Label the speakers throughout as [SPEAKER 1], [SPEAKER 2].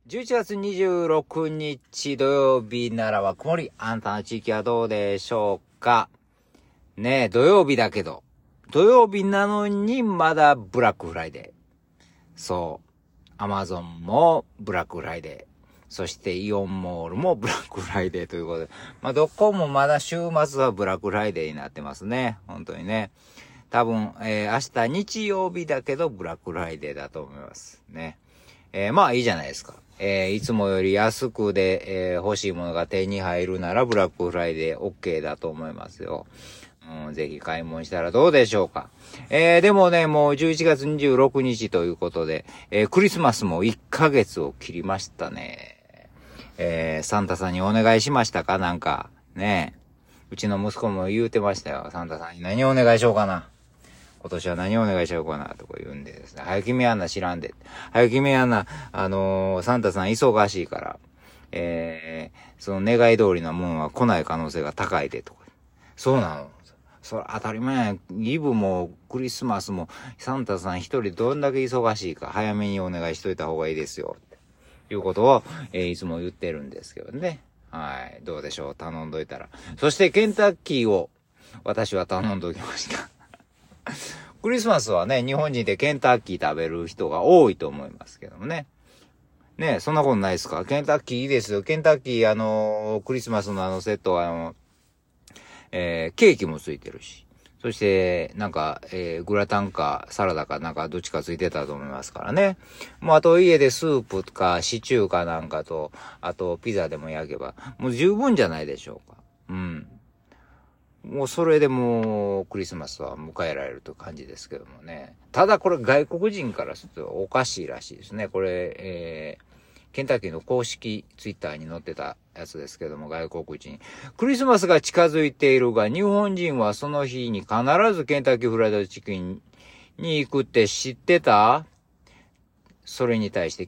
[SPEAKER 1] 11月26日土曜日ならは曇り。あんたの地域はどうでしょうかねえ、土曜日だけど。土曜日なのにまだブラックフライデー。そう。アマゾンもブラックフライデー。そしてイオンモールもブラックフライデーということで。どこもまだ週末はブラックフライデーになってますね。本当にね。多分、明日日曜日だけどブラックフライデーだと思います。ね。いいじゃないですか。いつもより安くで、欲しいものが手に入るならブラックフライデー OK だと思いますよ。ぜひ買い物したらどうでしょうか。でもね、もう11月26日ということで、クリスマスも1ヶ月を切りましたね。サンタさんにお願いしましたかなんか、ね。うちの息子も言うてましたよ。サンタさんに何をお願いしようかな。今年は何をお願いしようかなとか言うんでですね。早決めやんな知らんで。早決めやんな、サンタさん忙しいから、その願い通りなものは来ない可能性が高いでとか。そうなの。それ当たり前や。イブもクリスマスもサンタさん一人どんだけ忙しいか早めにお願いしといた方がいいですよ。ということを、いつも言ってるんですけどね。はい。どうでしょう。頼んどいたら。そしてケンタッキーを私は頼んどきました。クリスマスはね、日本人でケンタッキー食べる人が多いと思いますけどもね。ね、そんなことないですか？ケンタッキーいいですよ。ケンタッキークリスマスのセットはケーキもついてるし。そして、グラタンかサラダかどっちかついてたと思いますからね。もうあと家でスープかシチューかなんかと、あとピザでも焼けば、もう十分じゃないでしょうか。うん。もうそれでもうクリスマスは迎えられるという感じですけどもね。ただこれ外国人からするとおかしいらしいですね。これ、ケンタッキーの公式ツイッターに載ってたやつですけども、外国人。クリスマスが近づいているが、日本人はその日に必ずケンタッキーフライドチキンに行くって知ってた？それに対して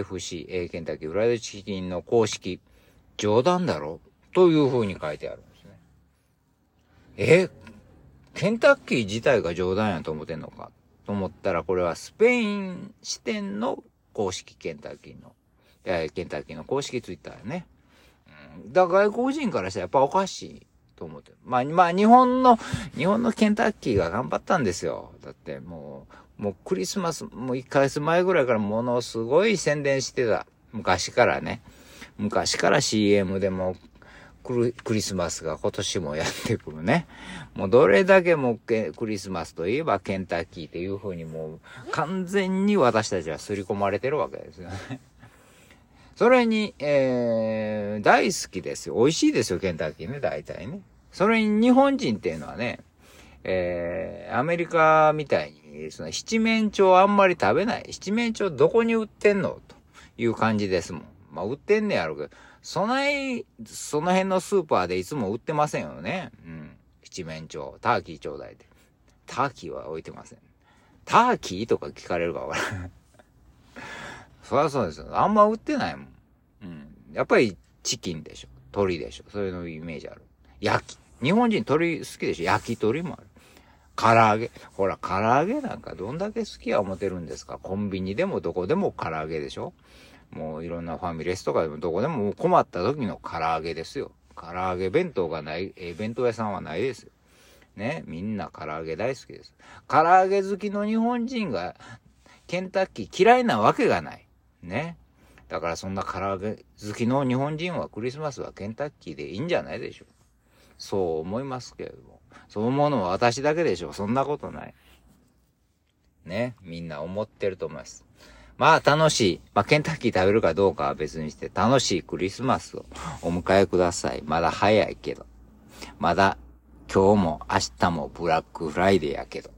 [SPEAKER 1] KFC、ケンタッキーフライドチキンの公式、冗談だろという風に書いてあるんですね。ケンタッキー自体が冗談やと思ってんのかと思ったら、これはスペイン支店の公式ケンタッキーの、ケンタッキーの公式ツイッターね。だから外国人からしたらやっぱおかしいと思ってる。日本のケンタッキーが頑張ったんですよ。だってもうクリスマス、もう1ヶ月前ぐらいからものすごい宣伝してた。昔からね。昔から CM でもクリスマスが今年もやってくるね。もうどれだけもクリスマスといえばケンタッキーっていう風にもう完全に私たちは刷り込まれてるわけですよね。それに、大好きですよ。美味しいですよ、ケンタッキーね、大体ね。それに日本人っていうのはね、アメリカみたいに、その七面鳥あんまり食べない。七面鳥どこに売ってんのという感じですもん。売ってんねやろうけど、その辺のスーパーでいつも売ってませんよね。七面鳥、ターキーちょうだいって。ターキーは置いてません。ターキーとか聞かれるかわからない。そりゃそうですよ。あんま売ってないもん。やっぱりチキンでしょ。鶏でしょ。そういうのイメージある。日本人鶏好きでしょ。焼き鳥もある。唐揚げ。ほら、唐揚げなんかどんだけ好きや思ってるんですか。コンビニでもどこでも唐揚げでしょ。もういろんなファミレスとかでもどこでも困った時の唐揚げですよ。唐揚げ弁当がない、弁当屋さんはないですよ。ね。みんな唐揚げ大好きです。唐揚げ好きの日本人がケンタッキー嫌いなわけがない。ね。だからそんな唐揚げ好きの日本人はクリスマスはケンタッキーでいいんじゃないでしょう。そう思いますけれども。そう思うのは私だけでしょう。そんなことない。ね。みんな思ってると思います。楽しい。ケンタッキー食べるかどうかは別にして楽しいクリスマスをお迎えください。まだ早いけど。まだ今日も明日もブラックフライデーやけど。